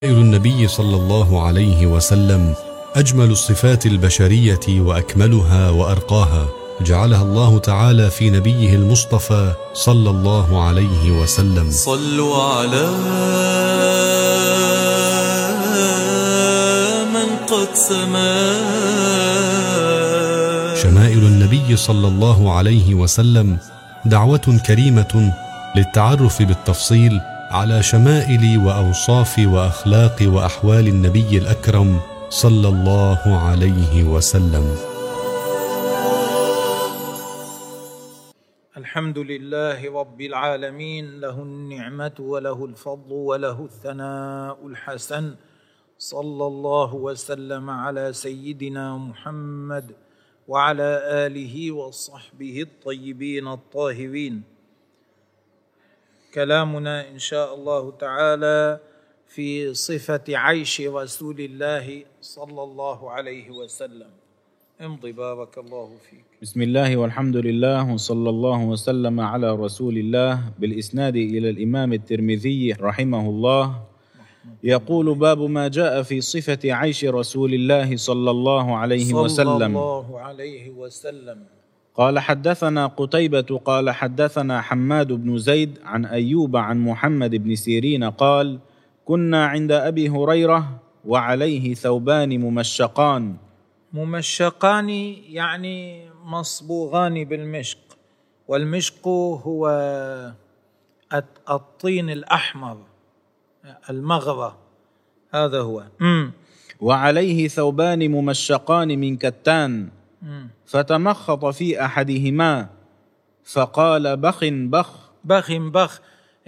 النبي صلى الله عليه وسلم أجمل الصفات البشرية وأكملها وأرقاها، جعلها الله تعالى في نبيه المصطفى صلى الله عليه وسلم. صلوا على من قد سما. شمائل النبي صلى الله عليه وسلم دعوة كريمة للتعرف بالتفصيل على شمائل وأوصاف وأخلاق وأحوال النبي الأكرم صلى الله عليه وسلم. الحمد لله رب العالمين، له النعمة وله الفضل وله الثناء الحسن، صلى الله وسلم على سيدنا محمد وعلى آله وصحبه الطيبين الطاهرين. كلامنا إن شاء الله تعالى في صفة عيش رسول الله صلى الله عليه وسلم. امضي بارك الله فيك. بسم الله والحمد لله وصلى الله وسلم على رسول الله، بالإسناد إلى الإمام الترمذي رحمه الله، يقول: باب ما جاء في صفة عيش رسول الله صلى الله عليه وسلم. قال: حدثنا قتيبة قال: حدثنا حماد بن زيد عن أيوب عن محمد بن سيرين قال: كنا عند أبي هريرة وعليه ثوبان ممشقان يعني مصبوغان بالمشق، والمشق هو الطين الأحمر المغرة، هذا هو. وعليه ثوبان ممشقان من كتان، فتمخط في أحدهما فقال: بخ بخ. بخ بخ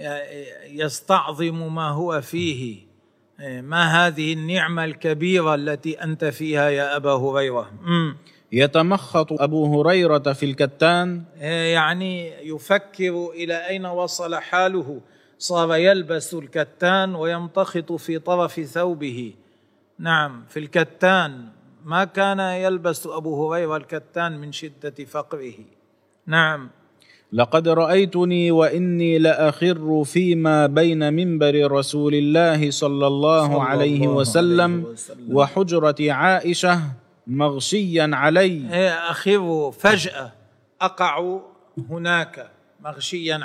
يستعظم ما هو فيه. ما هذه النعمة الكبيرة التي أنت فيها يا أبا هريرة؟ يتمخط أبو هريرة في الكتان، يعني يفكر إلى أين وصل حاله، صار يلبس الكتان ويمتخط في طرف ثوبه. نعم، في الكتان. ما كان يلبس أبو هريرة الكتان من شدة فقره. نعم. لقد رأيتني وإني لأخر فيما بين منبر رسول الله صلى الله عليه وسلم وحجرة عائشة مغشيا علي. أخر فجأة، أقع هناك مغشيا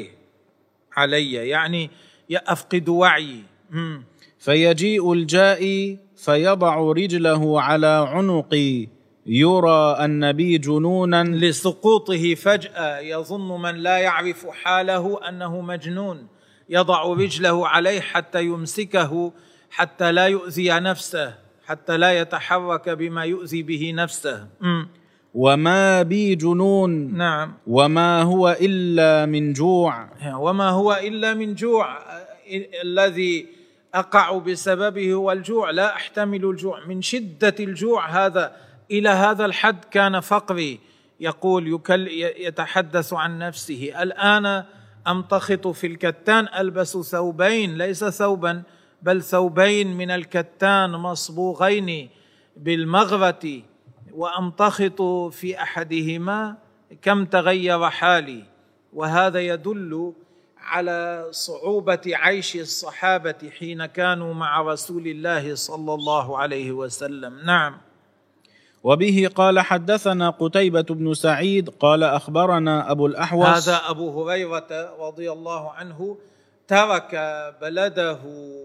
علي، يعني أفقد وعي. فيجيء الجائي فيضع رجله على عنقي، يرى أن بي جنونا، لسقوطه فجأة. يظن من لا يعرف حاله أنه مجنون، يضع رجله عليه حتى يمسكه، حتى لا يؤذي نفسه، حتى لا يتحرك بما يؤذي به نفسه. وما بي جنون. نعم. وما هو إلا من جوع. وما هو إلا من جوع. الذي أقع بسببه هو الجوع، لا أحتمل الجوع. من شدة الجوع هذا إلى هذا الحد كان فقري. يقول يتحدث عن نفسه: الآن أمتخط في الكتان، ألبس ثوبين، ليس ثوبا بل ثوبين من الكتان مصبوغين بالمغرة، وأمتخط في أحدهما، كم تغير حالي. وهذا يدل على صعوبة عيش الصحابة حين كانوا مع رسول الله صلى الله عليه وسلم. نعم. وبه قال: حدثنا قتيبة بن سعيد قال: أخبرنا أبو الأحوص. هذا أبو هريرة رضي الله عنه ترك بلده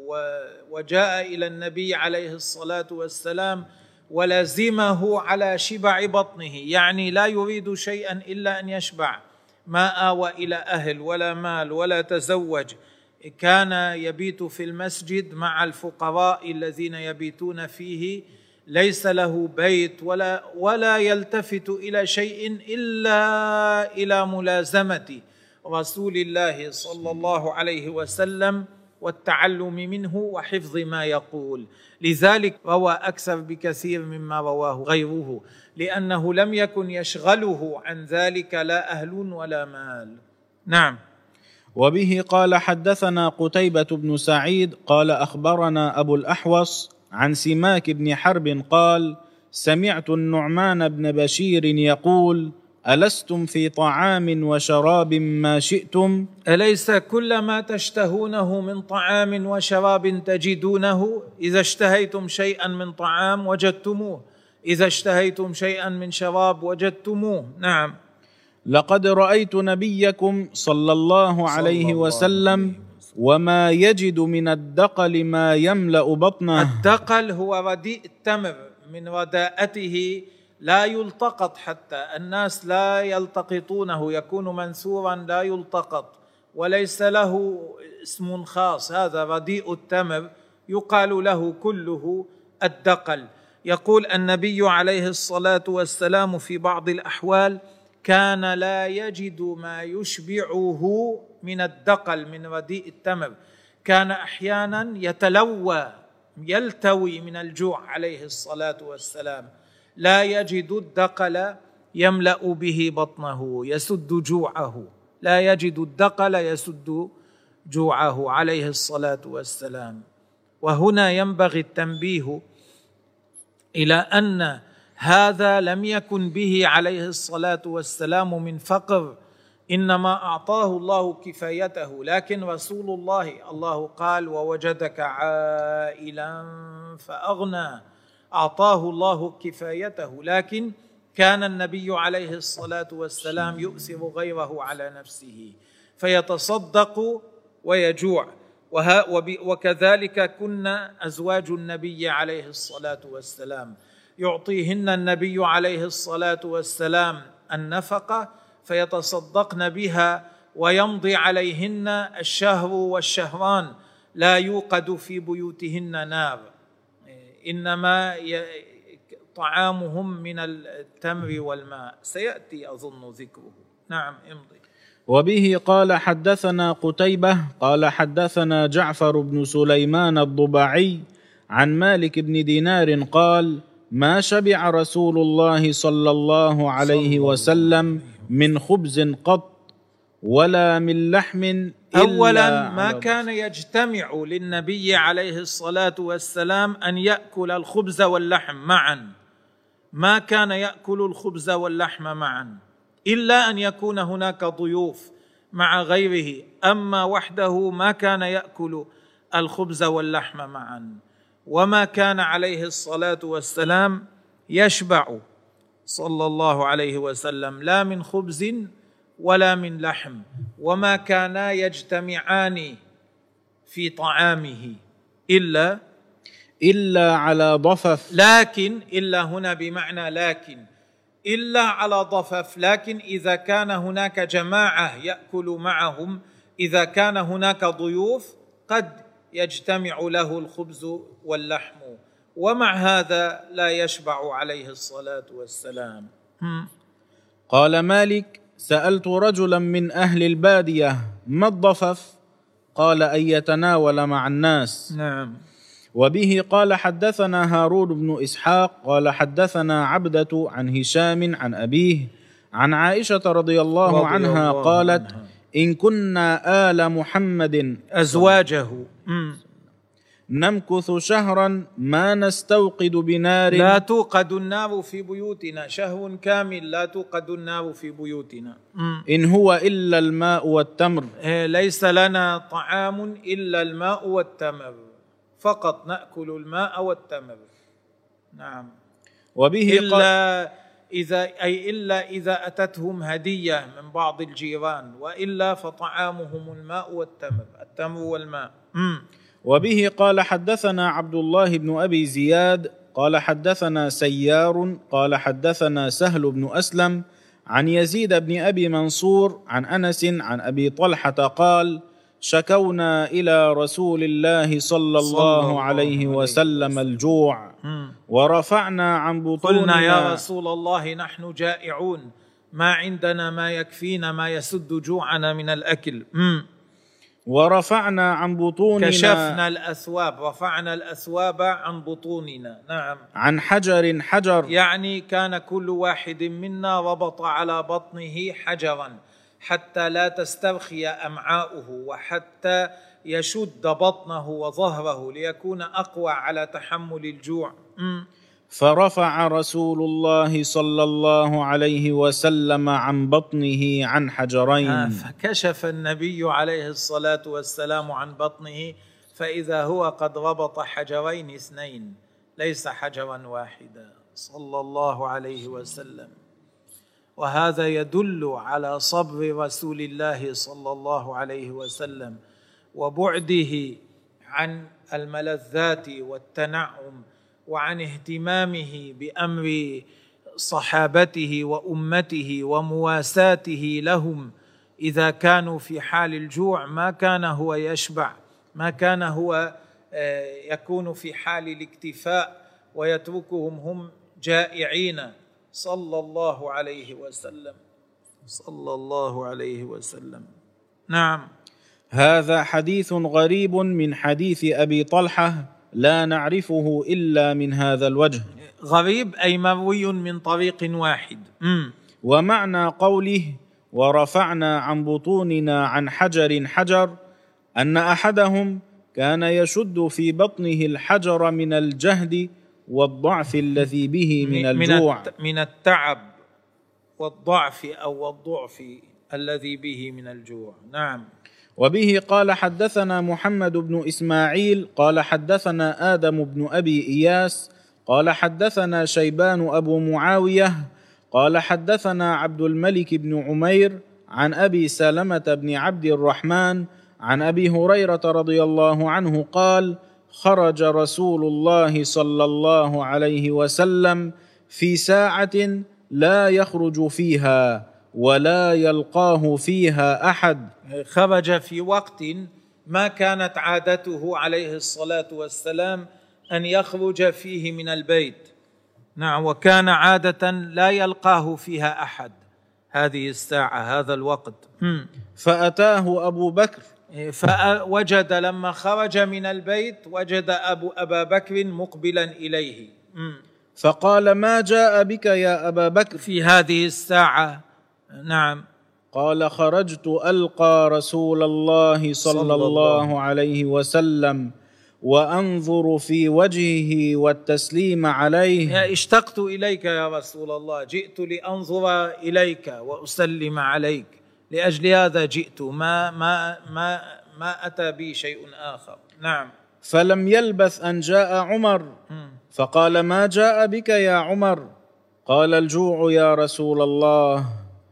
وجاء إلى النبي عليه الصلاة والسلام ولزمه على شبع بطنه، يعني لا يريد شيئا إلا أن يشبع. ما آوى إلى أهل ولا مال ولا تزوج. كان يبيت في المسجد مع الفقراء الذين يبيتون فيه، ليس له بيت ولا يلتفت إلى شيء إلا إلى ملازمة رسول الله صلى الله عليه وسلم والتعلم منه وحفظ ما يقول. لذلك روى أكثر بكثير مما رواه غيره، لأنه لم يكن يشغله عن ذلك لا أهل ولا مال. نعم. وبه قال: حدثنا قتيبة بن سعيد قال: أخبرنا أبو الأحوص عن سماك بن حرب قال: سمعت النعمان بن بشير يقول: ألستم في طعام وشراب ما شئتم؟ أليس كل ما تشتهونه من طعام وشراب تجدونه؟ إذا اشتهيتم شيئا من طعام وجدتموه، إذا اشتهيتم شيئا من شراب وجدتموه. نعم. لقد رأيت نبيكم صلى الله عليه وسلم وما يجد من الدقل ما يملأ بطنه. الدقل هو رديء التمر، من رداءته لا يلتقط، حتى الناس لا يلتقطونه، يكون منثورا لا يلتقط وليس له اسم خاص. هذا رديء التمر يقال له كله الدقل. يقول النبي عليه الصلاة والسلام في بعض الأحوال كان لا يجد ما يشبعه من الدقل، من رديء التمر، كان أحيانا يلتوي من الجوع عليه الصلاة والسلام، لا يجد الدقل يملأ به بطنه يسد جوعه، لا يجد الدقل يسد جوعه عليه الصلاة والسلام. وهنا ينبغي التنبيه إلى أن هذا لم يكن به عليه الصلاة والسلام من فقر، إنما أعطاه الله كفايته. لكن رسول الله قال ووجدك عائلا فأغنى، أعطاه الله كفايته. لكن كان النبي عليه الصلاة والسلام يؤثر غيره على نفسه فيتصدق ويجوع. وكذلك كنا أزواج النبي عليه الصلاة والسلام، يعطيهن النبي عليه الصلاة والسلام النفقة فيتصدقن بها ويمضي عليهن الشهر والشهران لا يوقد في بيوتهن نار، إنما طعامهم من التمر والماء. سيأتي أظن ذكره. نعم امضي. وبه قال حدثنا قتيبة قال حدثنا جعفر بن سليمان الضبعي عن مالك بن دينار قال ما شبع رسول الله صلى الله عليه وسلم من خبز قط ولا من لحم. أولا ما كان يجتمع للنبي عليه الصلاة والسلام أن يأكل الخبز واللحم معا، ما كان يأكل الخبز واللحم معا إلا أن يكون هناك ضيوف مع غيره، أما وحده ما كان يأكل الخبز واللحم معا. وما كان عليه الصلاة والسلام يشبع صلى الله عليه وسلم لا من خبز ولا من لحم، وما كانا يجتمعان في طعامه إلا على ضفف. لكن إلا هنا بمعنى لكن، إلا على ضفف. لكن إذا كان هناك جماعة يأكل معهم، إذا كان هناك ضيوف قد يجتمع له الخبز واللحم، ومع هذا لا يشبع عليه الصلاة والسلام. قال مالك سألت رجلا من أهل البادية ما الضفف؟ قال أن يتناول مع الناس. نعم. وبه قال حدثنا هارون بن إسحاق قال حدثنا عبدة عن هشام عن أبيه عن عائشة رضي الله عنها قالت إن كنا آل محمد أزواجه نمكث شهرا ما نستوقد بنار. لا توقد النار في بيوتنا، شهر كامل لا توقد النار في بيوتنا. إن هو إلا الماء والتمر. ليس لنا طعام إلا الماء والتمر، فقط نأكل الماء والتمر. نعم. وبه إلا إذا أتتهم هدية من بعض الجيران، وإلا فطعامهم الماء والتمر، التمر والماء. وبه قال حدثنا عبد الله بن أبي زياد قال حدثنا سيار قال حدثنا سهل بن أسلم عن يزيد بن أبي منصور عن أنس عن أبي طلحة قال شكونا إلى رسول الله صلى الله عليه وسلم الجوع ورفعنا عن بطوننا. قلنا يا رسول الله نحن جائعون، ما عندنا ما يكفينا ما يسد جوعنا من الأكل. ورفعنا عن بطوننا، كشفنا الأثواب، رفعنا الأثواب عن بطوننا. نعم. عن حجر حجر، يعني كان كل واحد منا ربط على بطنه حجرا حتى لا تسترخي أمعاؤه، وحتى يشد بطنه وظهره ليكون أقوى على تحمل الجوع. فرفع رسول الله صلى الله عليه وسلم عن بطنه عن حجرين. فكشف النبي عليه الصلاة والسلام عن بطنه فإذا هو قد ربط حجرين اثنين ليس حجرا واحدا صلى الله عليه وسلم. وهذا يدل على صبر رسول الله صلى الله عليه وسلم وبعده عن الملذات والتنعم وعن اهتمامه بأمر صحابته وأمته ومواساته لهم إذا كانوا في حال الجوع. ما كان هو يشبع، ما كان هو يكون في حال الاكتفاء ويتركهم هم جائعين صلى الله عليه وسلم صلى الله عليه وسلم. نعم. هذا حديث غريب من حديث أبي طلحة لا نعرفه إلا من هذا الوجه. غريب أي مروي من طريق واحد. ومعنى قوله ورفعنا عن بطوننا عن حجر حجر أن أحدهم كان يشد في بطنه الحجر من الجهد والضعف الذي به من الجوع، من التعب والضعف أو الضعف الذي به من الجوع. نعم. وبه قال حدثنا محمد بن إسماعيل قال حدثنا آدم بن أبي إياس قال حدثنا شيبان أبو معاوية قال حدثنا عبد الملك بن عمير عن أبي سلمة بن عبد الرحمن عن أبي هريرة رضي الله عنه قال خرج رسول الله صلى الله عليه وسلم في ساعة لا يخرج فيها ولا يلقاه فيها أحد. خرج في وقت ما كانت عادته عليه الصلاة والسلام أن يخرج فيه من البيت. نعم. وكان عادة لا يلقاه فيها أحد هذه الساعة هذا الوقت. فأتاه أبو بكر فوجد لما خرج من البيت وجد أبا بكر مقبلا إليه فقال ما جاء بك يا أبا بكر في هذه الساعة؟ نعم. قال خرجت ألقى رسول الله صلى الله عليه وسلم وأنظر في وجهه والتسليم عليه. اشتقت إليك يا رسول الله، جئت لأنظر إليك وأسلم عليك، لأجل هذا جئت، ما أتى بي شيء آخر. نعم. فلم يلبث أن جاء عمر فقال ما جاء بك يا عمر؟ قال الجوع يا رسول الله.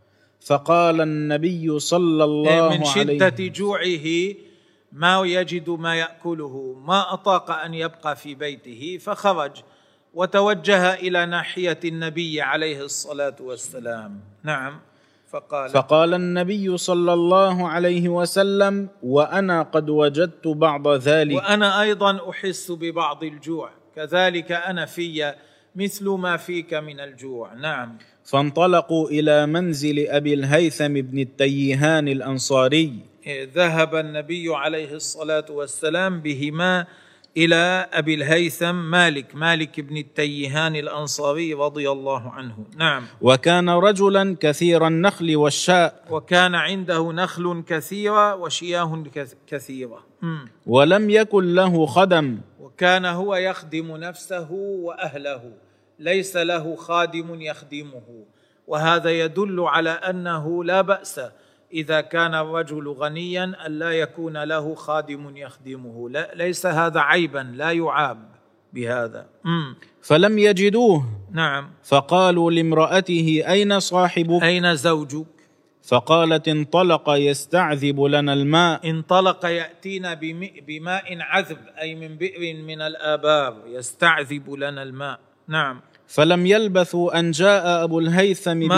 فقال النبي صلى الله عليه وسلم من شدة جوعه ما يجد ما يأكله، ما أطاق أن يبقى في بيته فخرج وتوجه إلى ناحية النبي عليه الصلاة والسلام. نعم. فقال النبي صلى الله عليه وسلم وأنا قد وجدت بعض ذلك، وأنا أيضا أحس ببعض الجوع، كذلك أنا في مثل ما فيك من الجوع. نعم. فانطلقوا إلى منزل أبي الهيثم بن التيهان الأنصاري. ذهب النبي عليه الصلاة والسلام بهما إلى أبي الهيثم مالك بن التيهان الأنصاري رضي الله عنه. نعم. وكان رجلا كثير النخل والشاء، وكان عنده نخل كثيرة وشياه كثيرة. ولم يكن له خدم، وكان هو يخدم نفسه وأهله، ليس له خادم يخدمه. وهذا يدل على أنه لا بأس إذا كان الرجل غنيا ألا يكون له خادم يخدمه، ليس هذا عيبا، لا يعاب بهذا. فلم يجدوه. نعم. فقالوا لامرأته أين صاحبك؟ أين زوجك؟ فقالت انطلق يستعذب لنا الماء. انطلق يأتينا بماء عذب، أي من بئر من الآبار، يستعذب لنا الماء. نعم. فلم يلبثوا أن جاء أبو الهيثم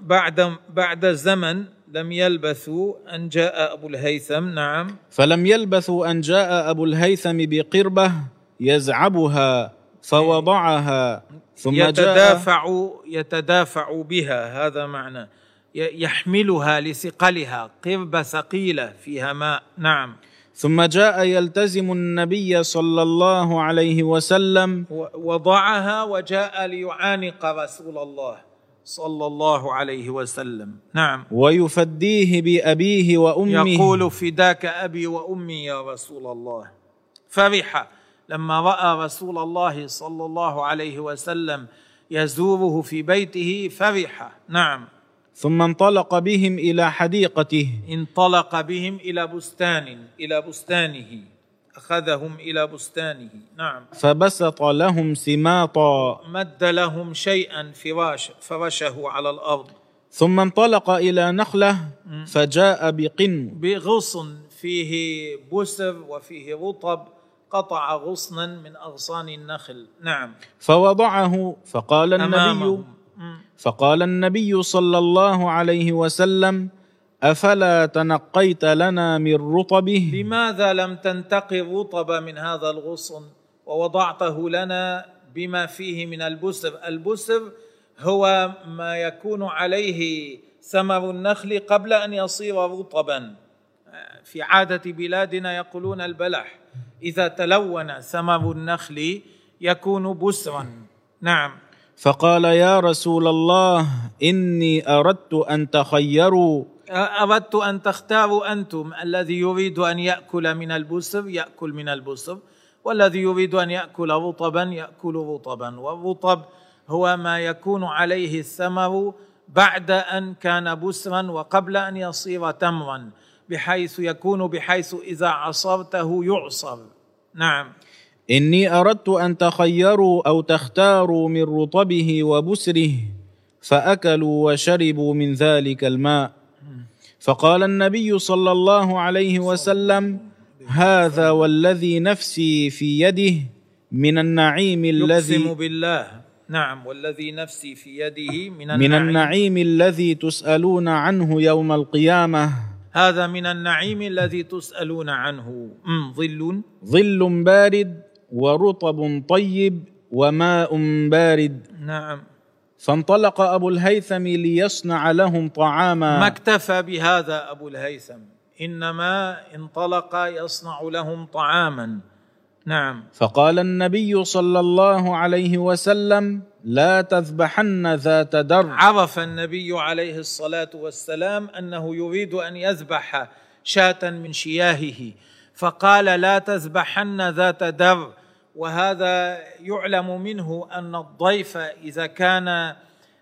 بعد زمن لم يلبثوا أن جاء أبو الهيثم. نعم. فلم يلبثوا أن جاء أبو الهيثم بقربة يزعبها فوضعها ثم يتدافع بها، هذا معنى يحملها لثقلها، قربة ثقيلة فيها ماء. نعم. ثم جاء يلتزم النبي صلى الله عليه وسلم وضعها وجاء ليعانق رسول الله صلى الله عليه وسلم. نعم. ويفديه بأبيه وأمه، يقول فداك أبي وأمي يا رسول الله. فرح لما رأى رسول الله صلى الله عليه وسلم يزوره في بيته فرح. نعم. ثم انطلق بهم إلى حديقته. انطلق بهم إلى بستانه، أخذهم إلى بستانه. نعم. فبسط لهم سماطا، مد لهم شيئا فرشه على الأرض. ثم انطلق إلى نخلة فجاء بغصن فيه بسر وفيه رطب، قطع غصنا من أغصان النخل. نعم. فوضعه فقال النبي صلى الله عليه وسلم: أفلا تنقيت لنا من رطبه؟ لماذا لم تنتقي الرطب من هذا الغصن ووضعته لنا بما فيه من البسر؟ البسر هو ما يكون عليه ثمر النخل قبل أن يصير رطبا. في عادة بلادنا يقولون البلح إذا تلون ثمر النخل يكون بسرا. نعم. فقال: يا رسول الله، إني أردت أن تختاروا أنتم، الذي يريد أن يأكل من البسر يأكل من البسر، والذي يريد أن يأكل رطبا يأكل رطبا. والرطب هو ما يكون عليه الثمر بعد أن كان بسرا وقبل أن يصير تمرا، بحيث إذا عصرته يعصر. نعم. إني أردت أن تخيروا أو تختاروا من رطبه وبسره، فأكلوا وشربوا من ذلك الماء. فقال النبي صلى الله عليه وسلم: هذا والذي نفسي في يده من النعيم الذي، يقسم بالله. نعم. والذي نفسي في يده من النعيم الذي تسألون عنه يوم القيامة. هذا من النعيم الذي تسألون عنه. ظل بارد ورطب طيب وماء بارد. نعم. فانطلق أبو الهيثم ليصنع لهم طعاما. ما اكتفى بهذا أبو الهيثم، إنما انطلق يصنع لهم طعاما. نعم. فقال النبي صلى الله عليه وسلم: لا تذبحن ذات در. عرف النبي عليه الصلاة والسلام أنه يريد أن يذبح شاة من شياهه، فقال: لا تذبحن ذات در. وهذا يعلم منه أن الضيف إذا كان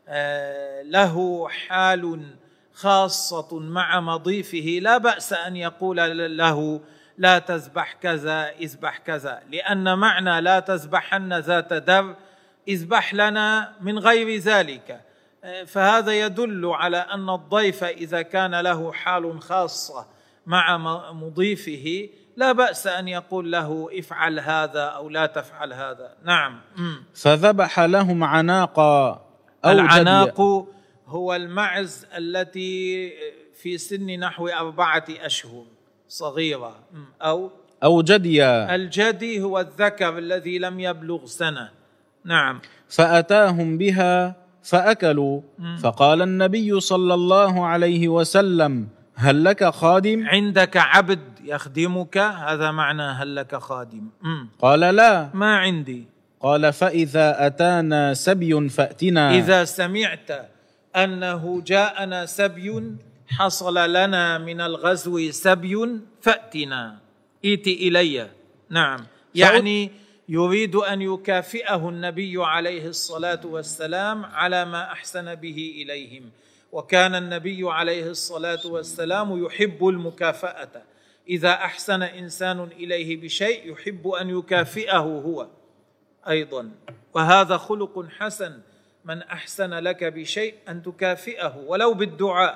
له حال خاصة مع مضيفه لا بأس أن يقول له: لا تذبح كذا، اذبح كذا، لأن معنى لا تذبحن ذات در اذبح لنا من غير ذلك. فهذا يدل على أن الضيف إذا كان له حال خاصة مع مضيفه لا بأس أن يقول له: افعل هذا أو لا تفعل هذا. نعم. فذبح لهم عناقا. العناق هو المعز التي في سن نحو 4 أشهر، صغيرة. أو جديا. الجدي هو الذكر الذي لم يبلغ سنة. نعم. فأتاهم بها فأكلوا. فقال النبي صلى الله عليه وسلم: هل لك خادم؟ عندك عبد يخدمك؟ هذا معنى هل لك خادم. قال: لا، ما عندي. قال: فإذا أتانا سبي فأتنا. إذا سمعت أنه جاءنا سبي، حصل لنا من الغزو سبي، فأتنا، ائت إلي. نعم. يعني يريد أن يكافئه النبي عليه الصلاة والسلام على ما أحسن به إليهم. وكان النبي عليه الصلاة والسلام يحب المكافأة، إذا أحسن إنسان إليه بشيء يحب أن يكافئه هو أيضا، وهذا خلق حسن. من أحسن لك بشيء أن تكافئه ولو بالدعاء.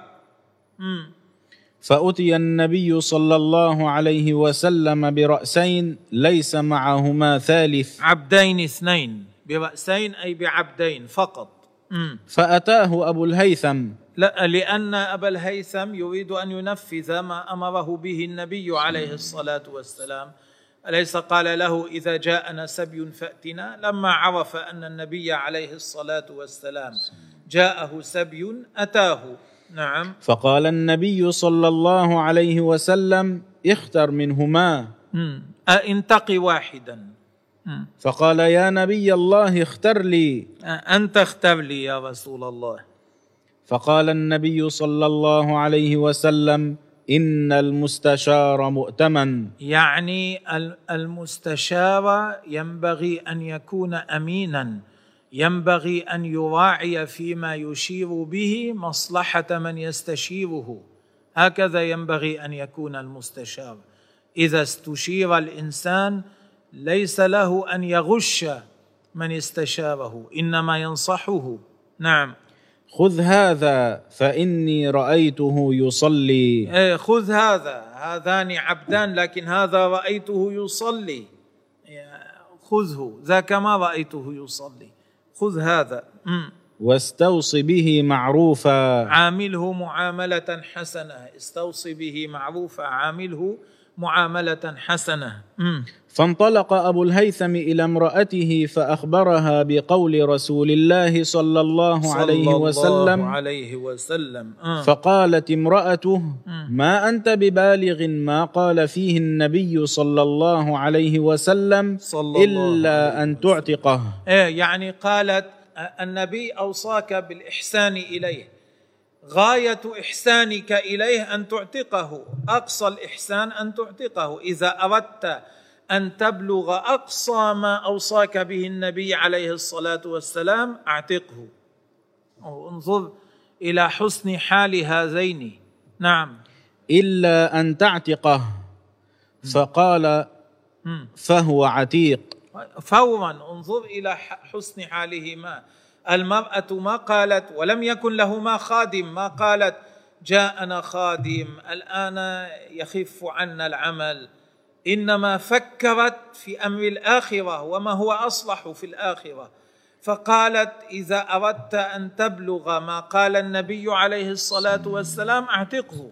فأتي النبي صلى الله عليه وسلم برأسين ليس معهما ثالث. عبدين 2 برأسين أي بعبدين فقط. فأتاه أبو الهيثم. لا، لأن أبا الهيثم يريد أن ينفذ ما أمره به النبي عليه الصلاة والسلام. أليس قال له: إذا جاءنا سبي فأتنا؟ لما عرف أن النبي عليه الصلاة والسلام جاءه سبي أتاه. نعم. فقال النبي صلى الله عليه وسلم: اختر منهما. انتقي واحدا. فقال: يا نبي الله اختر لي. أنت اختر لي يا رسول الله. فقال النبي صلى الله عليه وسلم: إن المستشار مؤتمن. يعني المستشار ينبغي أن يكون أمينا، ينبغي أن يراعي فيما يشير به مصلحة من يستشيره، هكذا ينبغي أن يكون المستشار. إذا استشير الإنسان ليس له أن يغش من استشاره، إنما ينصحه. نعم. خذ هذا فإني رأيته يصلي. خذ هذا، هذان عبدان لكن هذا رأيته يصلي، خذه، ذاك ما رأيته يصلي، خذ هذا. واستوصي به معروفا، عامله معاملة حسنة. استوصي به معروفا، عامله معاملة حسنة. فانطلق أبو الهيثم إلى امرأته فأخبرها بقول رسول الله صلى الله عليه وسلم. فقالت امرأته: ما أنت ببالغ ما قال فيه النبي صلى الله عليه وسلم إلا أن تعتقه. يعني قالت النبي أوصاك بالإحسان إليه، غاية إحسانك إليه أن تعتقه، أقصى الإحسان أن تعتقه. إذا أردت أن تبلغ أقصى ما أوصاك به النبي عليه الصلاة والسلام أعتقه. انظر إلى حسن حال هذين. نعم. إلا أن تعتقه. فقال: فهو عتيق. فورا انظر إلى حسن حالهما. المرأة ما قالت ولم يكن لهما خادم، ما قالت جاءنا خادم الآن يخف عنا العمل، إنما فكرت في أمر الآخرة وما هو أصلح في الآخرة. فقالت: إذا أردت أن تبلغ ما قال النبي عليه الصلاة والسلام أعتقه.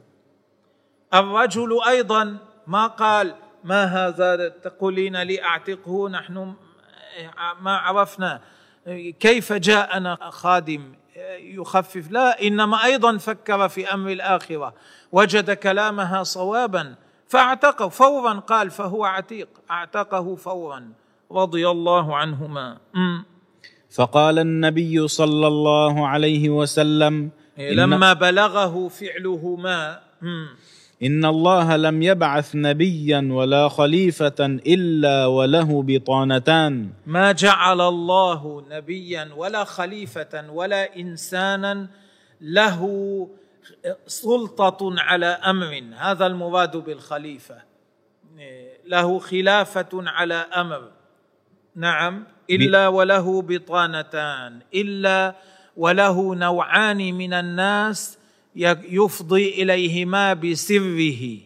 الرجل أيضا ما قال: ما هذا تقولين لي أعتقه، نحن ما عرفنا كيف جاءنا خادم يخفف، لا، إنما أيضا فكر في أمر الآخرة، وجد كلامها صوابا فاعتقه فورا. قال: فهو عتيق، اعتقه فورا رضي الله عنهما. فقال النبي صلى الله عليه وسلم لما بلغه فعلهما: إن الله لم يبعث نبيا ولا خليفة إلا وله بطانتان. ما جعل الله نبيا ولا خليفة ولا إنسانا له سلطة على أمر، هذا المراد بالخليفة، له خلافة على أمر. نعم. إلا وله بطانتان، إلا وله نوعان من الناس يفضي إليهما بسره،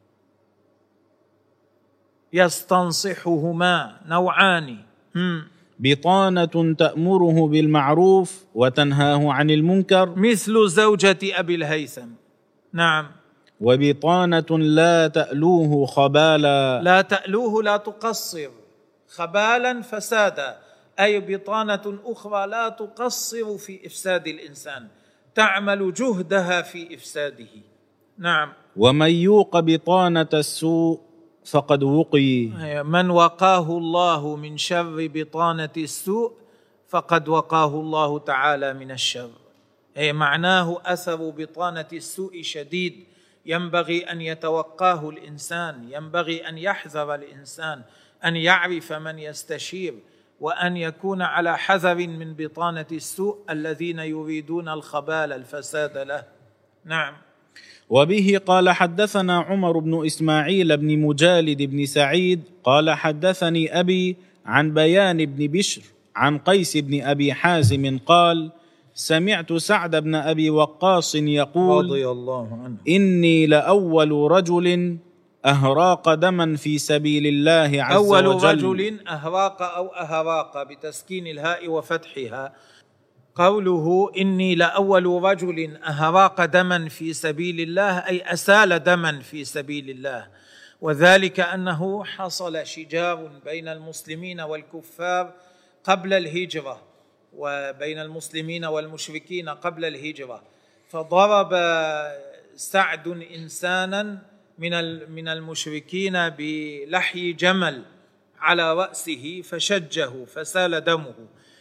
يستنصحهما، نوعان. بطانة تأمره بالمعروف وتنهاه عن المنكر، مثل زوجة أبي الهيثم. نعم. وبطانة لا تألوه خبالا، لا تألوه، لا تقصر، خبالا فسادا، أي بطانة أخرى لا تقصر في إفساد الإنسان، تعمل جهدها في إفساده. نعم. ومن يوق بطانة السوء فقد وقي. من وقاه الله من شر بطانة السوء فقد وقاه الله تعالى من الشر. معناه أثر بطانة السوء شديد، ينبغي أن يتوقاه الإنسان، ينبغي أن يحذر الإنسان، أن يعرف من يستشير، وأن يكون على حذر من بطانة السوء الذين يريدون الخبال، الفساد له. نعم. وبه قال حدثنا عمر بن إسماعيل بن مجالد بن سعيد قال حدثني أبي عن بيان بن بشر عن قيس بن أبي حازم قال: سمعت سعد بن أبي وقاص يقول رضي الله عنه: إني لأول رجل أهراق دما في سبيل الله عز وجل. أول رجل أهراق أو أهراق بتسكين الهاء وفتحها. قوله إني لأول رجل أهراق دما في سبيل الله أي أسال دما في سبيل الله، وذلك أنه حصل شجار بين المسلمين والكفار قبل الهجرة، وبين المسلمين والمشركين قبل الهجرة، فضرب سعد إنسانا من المشركين بلحي جمل على رأسه فشجه فسال دمه،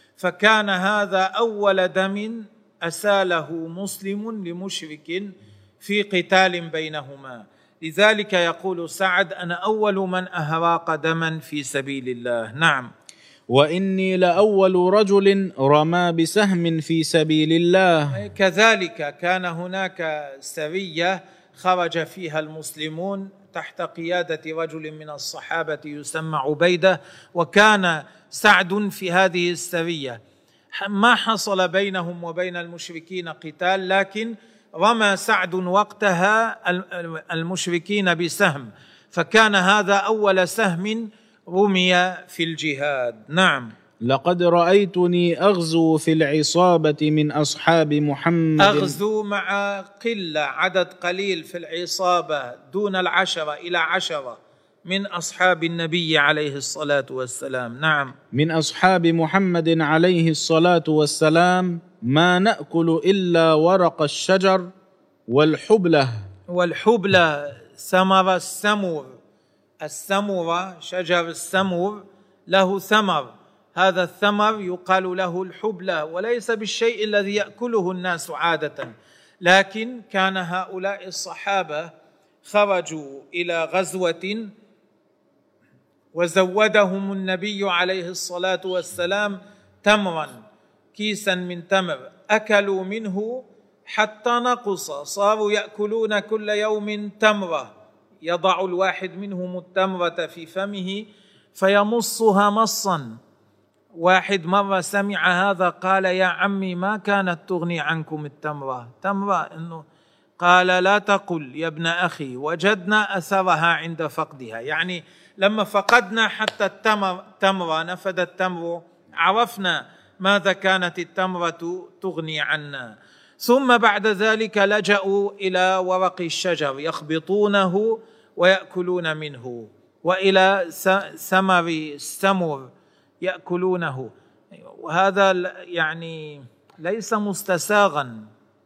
فكان هذا أول دم أساله مسلم لمشرك في قتال بينهما. لذلك يقول سعد: أنا أول من أهراق دما في سبيل الله. نعم. وإني لأول رجل رمى بسهم في سبيل الله. كذلك كان هناك سرية خرج فيها المسلمون تحت قيادة رجل من الصحابة يسمى عبيدة، وكان سعد في هذه السرية. ما حصل بينهم وبين المشركين قتال، لكن رمى سعد وقتها المشركين بسهم، فكان هذا أول سهم رمي في الجهاد. نعم. لقد رأيتني أغزو في العصابة من أصحاب محمد. أغزو مع قلة، عدد قليل في العصابة دون 10 إلى 10 من أصحاب النبي عليه الصلاة والسلام. نعم. من أصحاب محمد عليه الصلاة والسلام ما نأكل إلا ورق الشجر والحبلة. والحبلة ثمر السمر، السمر شجر السمر له ثمر، هذا الثمر يقال له الحبلة، وليس بالشيء الذي يأكله الناس عادة، لكن كان هؤلاء الصحابة خرجوا إلى غزوة وزودهم النبي عليه الصلاة والسلام تمرا، كيسا من تمر، أكلوا منه حتى نقص، صاروا يأكلون كل يوم تمرة، يضع الواحد منهم التمرة في فمه فيمصها مصا. واحد مرة سمع هذا قال: يا عمي ما كانت تغني عنكم التمرة؟ تمرة إنه قال: لا تقل يا ابن أخي، وجدنا أثرها عند فقدها، يعني لما فقدنا حتى التمرة نفد التمر عرفنا ماذا كانت التمرة تغني عنا. ثم بعد ذلك لجأوا إلى ورق الشجر يخبطونه ويأكلون منه، وإلى ثمر السمر يأكلونه، وهذا يعني ليس مستساغا،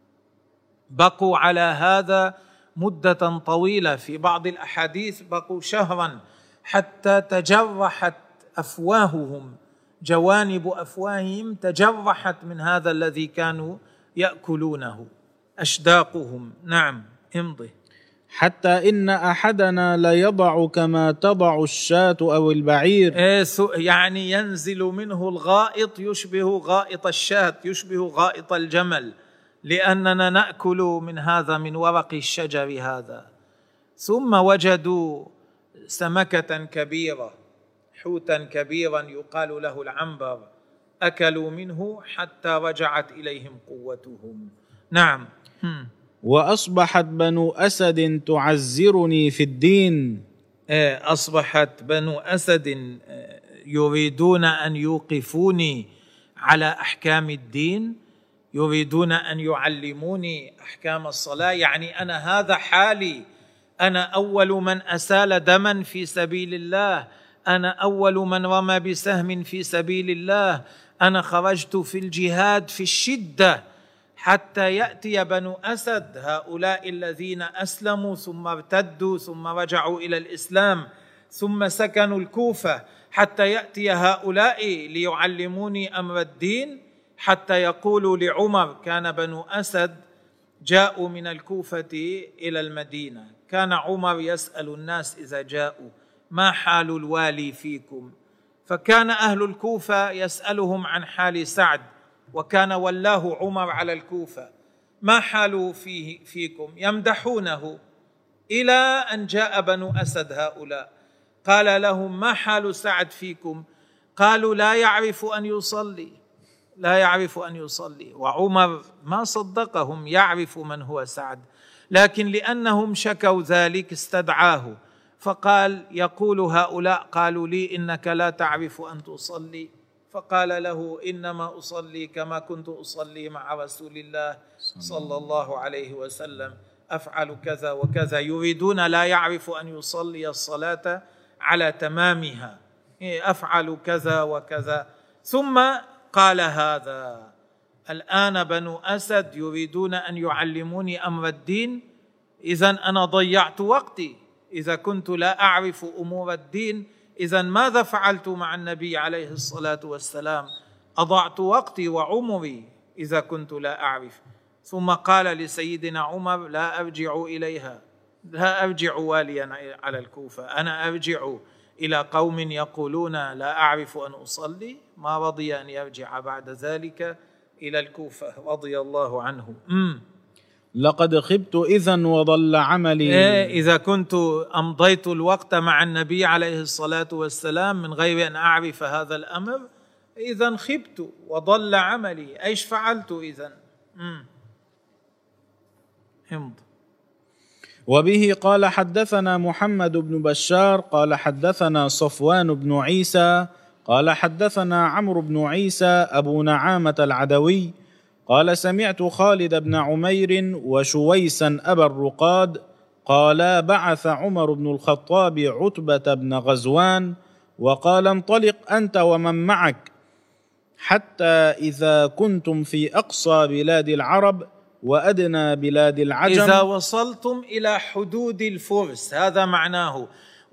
بقوا على هذا مدة طويلة، في بعض الأحاديث بقوا شهرا حتى تجرحت أفواههم، جوانب أفواههم تجرحت من هذا الذي كانوا يأكلونه، أشداقهم. نعم. امضي. حتى إن أحدنا ليضع كما تضع الشاة أو البعير، يعني ينزل منه الغائط يشبه غائط الشاة، يشبه غائط الجمل، لأننا نأكل من هذا، من ورق الشجر هذا. ثم وجدوا سمكة كبيرة، حوتا كبيرا يقال له العنبر، أكلوا منه حتى رجعت إليهم قوتهم. نعم. وأصبحت بنو أسد تعزرني في الدين. أصبحت بنو أسد يريدون أن يوقفوني على أحكام الدين، يريدون أن يعلموني أحكام الصلاة، يعني أنا هذا حالي، أنا أول من أسال دما في سبيل الله، أنا أول من رمى بسهم في سبيل الله، أنا خرجت في الجهاد في الشدة حتى يأتي بنو أسد، هؤلاء الذين أسلموا ثم ارتدوا ثم رجعوا إلى الإسلام ثم سكنوا الكوفة، حتى يأتي هؤلاء ليعلموني أمر الدين، حتى يقولوا لعمر، كان بنو أسد جاءوا من الكوفة إلى المدينة، كان عمر يسأل الناس إذا جاءوا: ما حال الوالي فيكم؟ فكان أهل الكوفة يسألهم عن حال سعد، وكان ولاه عمر على الكوفة، ما حاله فيكم؟ يمدحونه، إلى أن جاء بنو أسد هؤلاء، قال لهم: ما حال سعد فيكم؟ قالوا: لا يعرف أن يصلي، لا يعرف أن يصلي. وعمر ما صدقهم، يعرف من هو سعد، لكن لأنهم شكوا ذلك استدعاه، فقال: يقول هؤلاء قالوا لي إنك لا تعرف أن تصلي، فقال له: إنما أصلي كما كنت أصلي مع رسول الله صلى الله عليه وسلم، أفعل كذا وكذا. يريدون لا يعرف أن يصلي الصلاة على تمامها، أفعل كذا وكذا. ثم قال هذا: الآن بنو أسد يريدون أن يعلموني أمر الدين، إذن أنا ضيعت وقتي، إذا كنت لا أعرف أمور الدين، إذن ماذا فعلت مع النبي عليه الصلاة والسلام؟ أضعت وقتي وعمري إذا كنت لا أعرف. ثم قال لسيدنا عمر: لا أرجع إليها، لا أرجع واليا على الكوفة، أنا أرجع إلى قوم يقولون لا أعرف أن أصلي. ما رضي أن يرجع بعد ذلك إلى الكوفة رضي الله عنه. لقد خبت إذن وضل عملي. إذا كنت أمضيت الوقت مع النبي عليه الصلاة والسلام من غير أن أعرف هذا الأمر، إذن خبت وضل عملي. إيش فعلت إذن؟ امض. وبه قال حدثنا محمد بن بشار قال حدثنا صفوان بن عيسى قال حدثنا عمرو بن عيسى أبو نعامة العدوي قال سمعت خالد بن عمير وشويسا أبا الرقاد قال بعث عمر بن الخطاب عتبة بن غزوان وقال انطلق أنت ومن معك حتى إذا كنتم في أقصى بلاد العرب وأدنى بلاد العجم، إذا وصلتم إلى حدود الفرس، هذا معناه.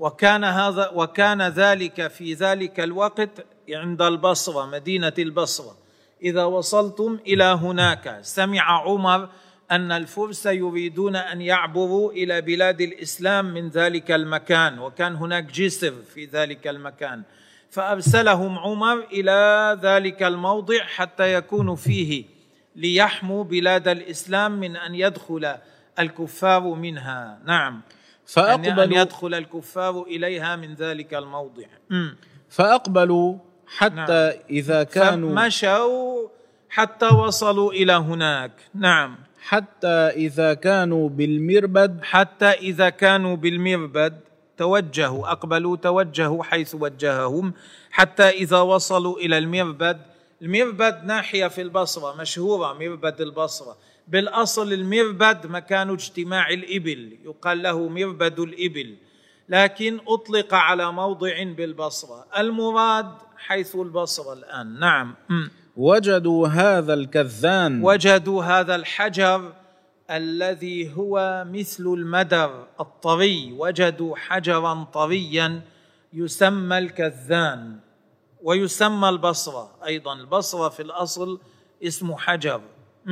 وكان ذلك في ذلك الوقت عند البصرة، مدينة البصرة. إذا وصلتم إلى هناك، سمع عمر أن الفرس يريدون أن يعبروا إلى بلاد الإسلام من ذلك المكان، وكان هناك جسر في ذلك المكان، فأرسلهم عمر إلى ذلك الموضع حتى يكونوا فيه ليحموا بلاد الإسلام من أن يدخل الكفار منها. نعم، أن يدخل الكفار إليها من ذلك الموضع. فأقبلوا حتى إذا كانوا مشوا حتى وصلوا إلى هناك. نعم، حتى إذا كانوا بالمربد، حتى إذا كانوا بالمربد توجهوا، أقبلوا توجهوا حيث وجههم، حتى إذا وصلوا إلى المربد. المربد ناحية في البصرة مشهورة، مربد البصرة. بالأصل المربد مكان اجتماع الإبل، يقال له مربد الإبل، لكن أطلق على موضع بالبصرة. المراد حيث البصرة الآن. نعم. وجدوا هذا الكذان، وجدوا هذا الحجر الذي هو مثل المدر الطري، وجدوا حجرا طريا يسمى الكذان، ويسمى البصرة أيضا. البصرة في الأصل اسم حجر.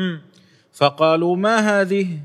فقالوا ما هذه؟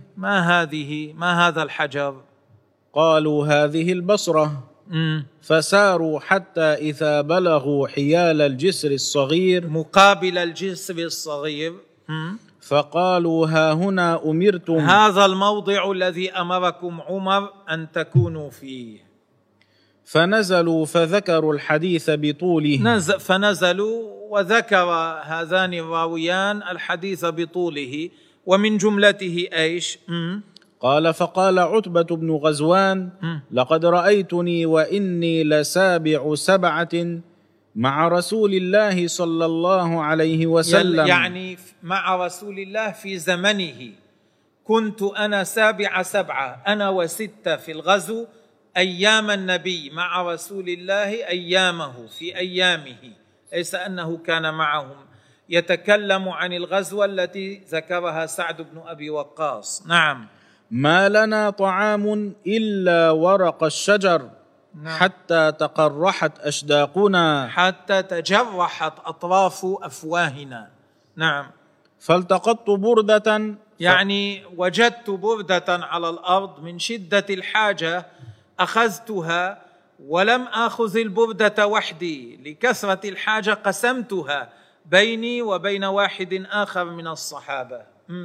ما هذا الحجر؟ قالوا هذه البصرة. فساروا حتى إذا بلغوا حيال الجسر الصغير، مقابل الجسر الصغير، فقالوا ها هنا أمرتم، هذا الموضع الذي أمركم عمر أن تكونوا فيه. فنزلوا فذكروا الحديث بطوله، فنزلوا وذكر هذان الراويان الحديث بطوله، ومن جملته ايش؟ قال فقال عتبة بن غزوان لقد رأيتني وإني لسابع سبعة مع رسول الله صلى الله عليه وسلم، يعني مع رسول الله في زمنه. كنت أنا سابع سبعة، أنا وستة في الغزو أيام النبي مع رسول الله، أيامه في أيامه، ليس أنه كان معهم. يتكلم عن الغزوة التي ذكرها سعد بن أبي وقاص. نعم. ما لنا طعام إلا ورق الشجر. نعم. حتى تقرحت أشداقنا، حتى تجرحت أطراف أفواهنا. نعم. فالتقطت بردة، يعني وجدت بردة على الأرض من شدة الحاجة، أخذتها، ولم آخذ البردة وحدي لكثرة الحاجة، قسمتها بيني وبين واحد آخر من الصحابة.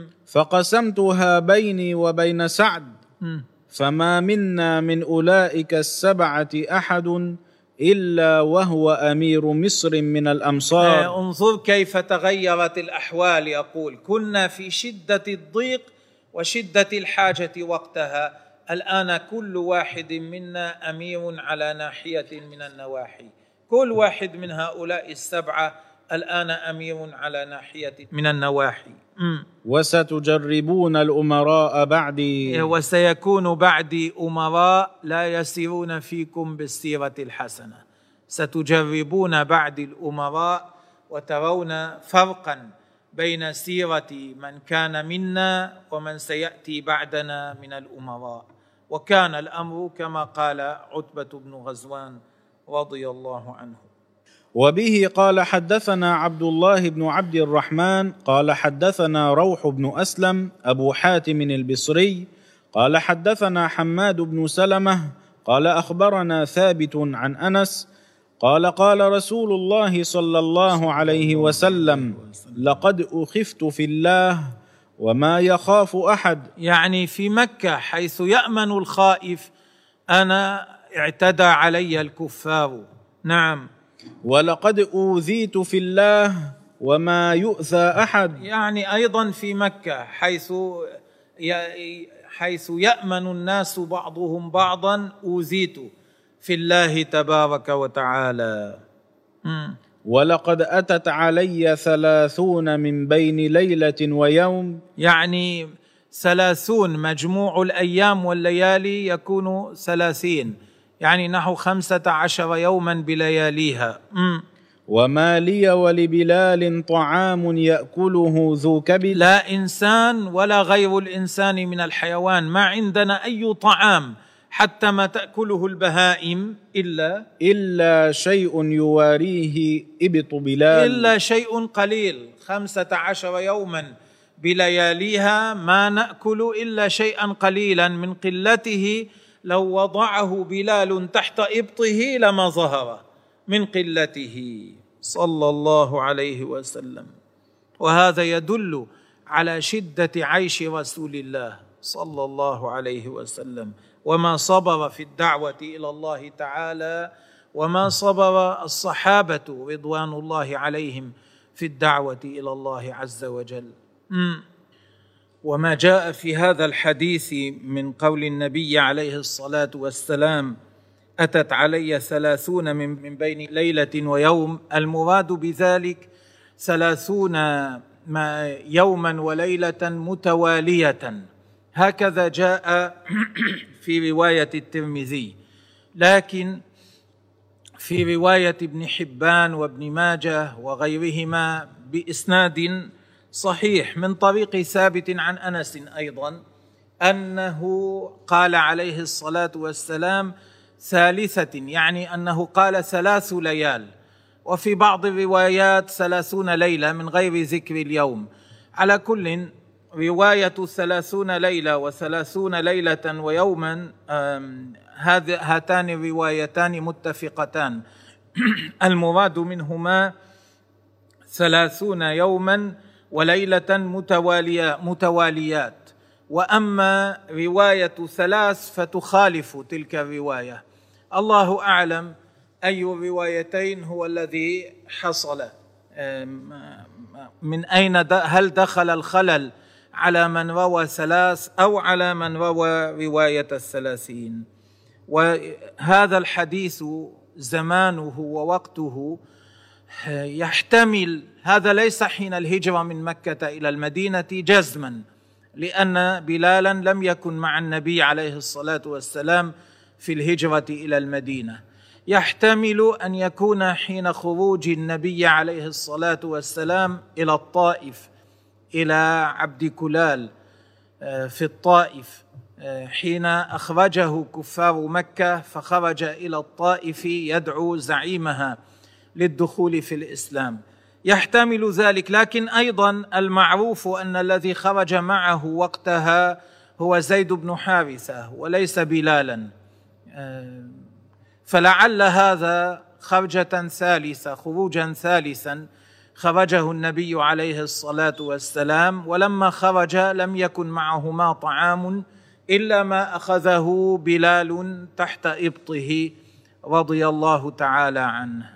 فقسمتها بيني وبين سعد، فما منا من أولئك السبعة أحد إلا وهو أمير مصر من الأمصار. انظر كيف تغيرت الأحوال. يقول كنا في شدة الضيق وشدة الحاجة وقتها، الآن كل واحد منا أمير على ناحية من النواحي. كل واحد من هؤلاء السبعة الآن أمير على ناحية من النواحي. وستجربون الأمراء بعدي، وسيكون بعدي أمراء لا يسيرون فيكم بالسيرة الحسنة. ستجربون بعد الأمراء وترون فرقا بين سيرة من كان منا ومن سيأتي بعدنا من الأمراء. وكان الأمر كما قال عتبة بن غزوان رضي الله عنه. وبه قال حدثنا عبد الله بن عبد الرحمن قال حدثنا روح بن أسلم أبو حاتم البصري قال حدثنا حماد بن سلمة قال أخبرنا ثابت عن أنس قال قال رسول الله صلى الله عليه وسلم لقد أخفت في الله وما يخاف أحد. يعني في مكة حيث يأمن الخائف أنا اعتدى علي الكفار. نعم. ولقد أوذيت في الله وما يؤذى أحد. يعني أيضا في مكة حيث يأمن الناس بعضهم بعضا أوذيت في الله تبارك وتعالى. ولقد أتت علي 30 من بين ليلة ويوم. يعني 30 مجموع الأيام والليالي يكون 30، يعني نحو 15 يوما بلياليها. وما لي ولبلال طعام يأكله ذو كبد. لا إنسان ولا غير الإنسان من الحيوان، ما عندنا أي طعام حتى ما تأكله البهائم إلا شيء يواريه إبط بلال. إلا شيء قليل، 15 يوما بلياليها ما نأكل إلا شيئا قليلا من قلته. لو وضعه بلال تحت إبطه لما ظهر من قلته صلى الله عليه وسلم. وهذا يدل على شدة عيش رسول الله صلى الله عليه وسلم، وما صبر في الدعوة إلى الله تعالى، وما صبر الصحابة رضوان الله عليهم في الدعوة إلى الله عز وجل. وما جاء في هذا الحديث من قول النبي عليه الصلاة والسلام أتت علي 30 من بين ليلة ويوم، المراد بذلك 30 يوما وليلة متوالية، هكذا جاء في رواية الترمذي. لكن في رواية ابن حبان وابن ماجه وغيرهما بإسناد صحيح من طريق ثابت عن أنس أيضا أنه قال عليه الصلاة والسلام 3، يعني أنه قال 3 ليال، وفي بعض الروايات 30 ليلة من غير ذكر اليوم. على كل رواية 30 ليلة و30 ليلة ويوما هاتان الروايتان متفقتان، المراد منهما 30 يوما وليلة متواليات. وأما رواية 3 فتخالف تلك الرواية. الله أعلم أي الروايتين هو الذي حصل، من أين هل دخل الخلل على من روى 3 أو على من روى رواية 30. وهذا الحديث زمانه ووقته يحتمل، هذا ليس حين الهجرة من مكة إلى المدينة جزما، لأن بلالا لم يكن مع النبي عليه الصلاة والسلام في الهجرة إلى المدينة. يحتمل أن يكون حين خروج النبي عليه الصلاة والسلام إلى الطائف، إلى عبد كلال في الطائف، حين أخرجه كفار مكة فخرج إلى الطائف يدعو زعيمها للدخول في الإسلام، يحتمل ذلك. لكن أيضا المعروف أن الذي خرج معه وقتها هو زيد بن حارثة وليس بلالا، فلعل هذا خرجة ثالثة، خروجا ثالثا خرجه النبي عليه الصلاة والسلام، ولما خرج لم يكن معهما طعام إلا ما أخذه بلال تحت إبطه رضي الله تعالى عنه.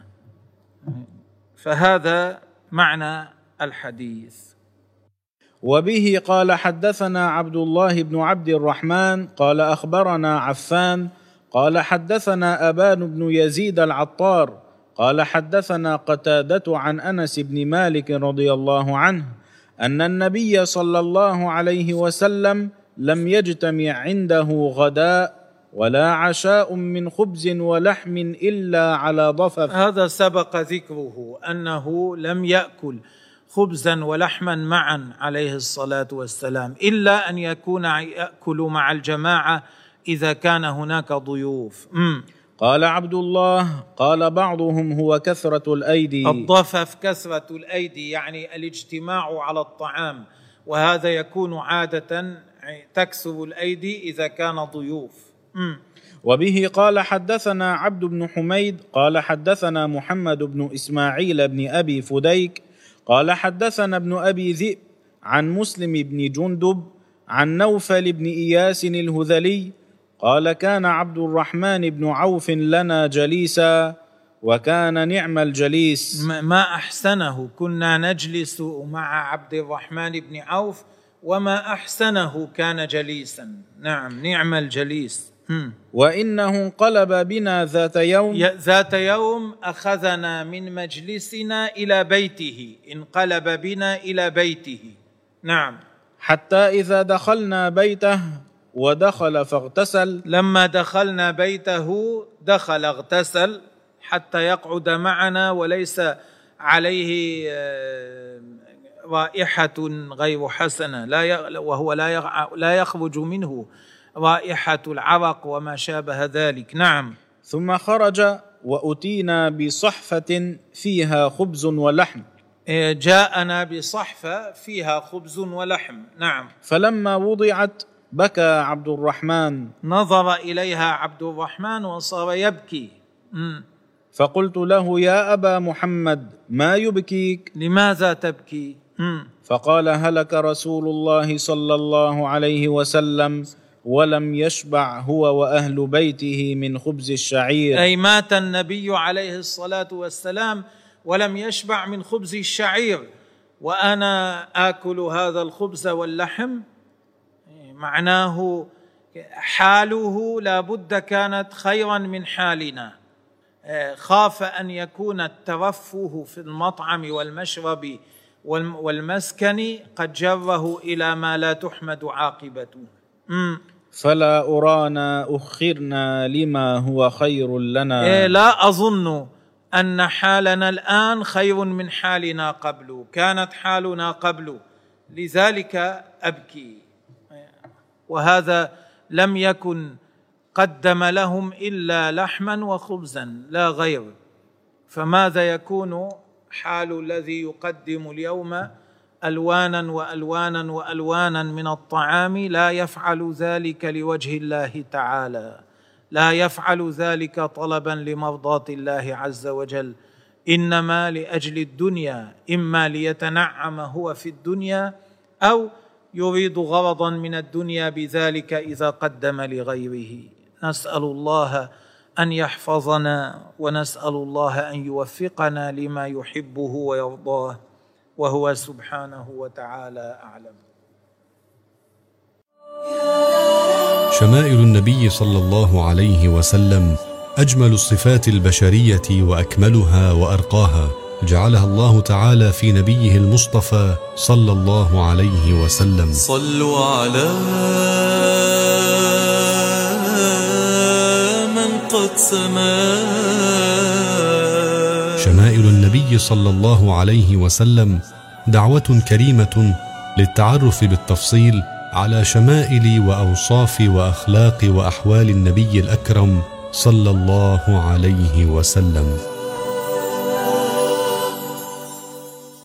فهذا معنى الحديث. وبه قال حدثنا عبد الله بن عبد الرحمن قال أخبرنا عفان قال حدثنا أبان بن يزيد العطار قال حدثنا قتادة عن أنس بن مالك رضي الله عنه أن النبي صلى الله عليه وسلم لم يجتمع عنده غداء ولا عشاء من خبز ولحم إلا على ضفف. هذا سبق ذكره أنه لم يأكل خبزا ولحما معا عليه الصلاة والسلام، إلا أن يكون يأكل مع الجماعة إذا كان هناك ضيوف. قال عبد الله: قال بعضهم: هو كثرة الأيدي. الضفف كثرة الأيدي يعني الاجتماع على الطعام، وهذا يكون عادة تكثر الأيدي إذا كان ضيوف. وبه قال حدثنا عبد بن حميد قال حدثنا محمد بن إسماعيل بن أبي فديك قال حدثنا ابن أبي ذئب عن مسلم بن جندب عن نوفل بن إياس الهذلي قال: كان عبد الرحمن بن عوف لنا جليسا وكان نعم الجليس. ما أحسنه، كنا نجلس مع عبد الرحمن بن عوف وما أحسنه كان جليسا. نعم، نعم الجليس. وإنه انقلب بنا ذات يوم أخذنا من مجلسنا إلى بيته، انقلب بنا إلى بيته. نعم، حتى إذا دخلنا بيته ودخل فاغتسل. لما دخلنا بيته دخل اغتسل حتى يقعد معنا وليس عليه رائحة غير حسنة، وهو لا يخرج منه رائحة العرق وما شابه ذلك. نعم. ثم خرج وأتينا بصحفة فيها خبز ولحم. جاءنا بصحفة فيها خبز ولحم. نعم. فلما وضعت بكى عبد الرحمن. نظر إليها عبد الرحمن وصار يبكي. فقلت له: يا أبا محمد، ما يبكيك؟ لماذا تبكي؟ فقال: هلك رسول الله صلى الله عليه وسلم ولم يشبع هو وأهل بيته من خبز الشعير. أي مات النبي عليه الصلاة والسلام ولم يشبع من خبز الشعير، وأنا آكل هذا الخبز واللحم. معناه حاله لابد كانت خيرا من حالنا. خاف أن يكون الترفه في المطعم والمشرب والمسكن قد جره إلى ما لا تحمد عاقبته. فلا أرانا أخرنا لما هو خير لنا. لا أظن أن حالنا الآن خير من حالنا قبل، كانت حالنا قبل، لذلك أبكي. وهذا لم يكن قدم لهم إلا لحما وخبزا لا غير، فماذا يكون حال الذي يقدم اليوم ألوانا وألوانا وألوانا من الطعام، لا يفعل ذلك لوجه الله تعالى، لا يفعل ذلك طلبا لمرضاة الله عز وجل، إنما لأجل الدنيا، إما ليتنعم هو في الدنيا أو يريد غرضا من الدنيا بذلك إذا قدم لغيره. نسأل الله أن يحفظنا، ونسأل الله أن يوفقنا لما يحبه ويرضاه، وهو سبحانه وتعالى أعلم. شمائل النبي صلى الله عليه وسلم أجمل الصفات البشرية وأكملها وأرقاها، جعلها الله تعالى في نبيه المصطفى صلى الله عليه وسلم. صلوا على من قد سما. شمائل النبي صلى الله عليه وسلم دعوة كريمة للتعرف بالتفصيل على شمائل وأوصاف وأخلاق وأحوال النبي الأكرم صلى الله عليه وسلم.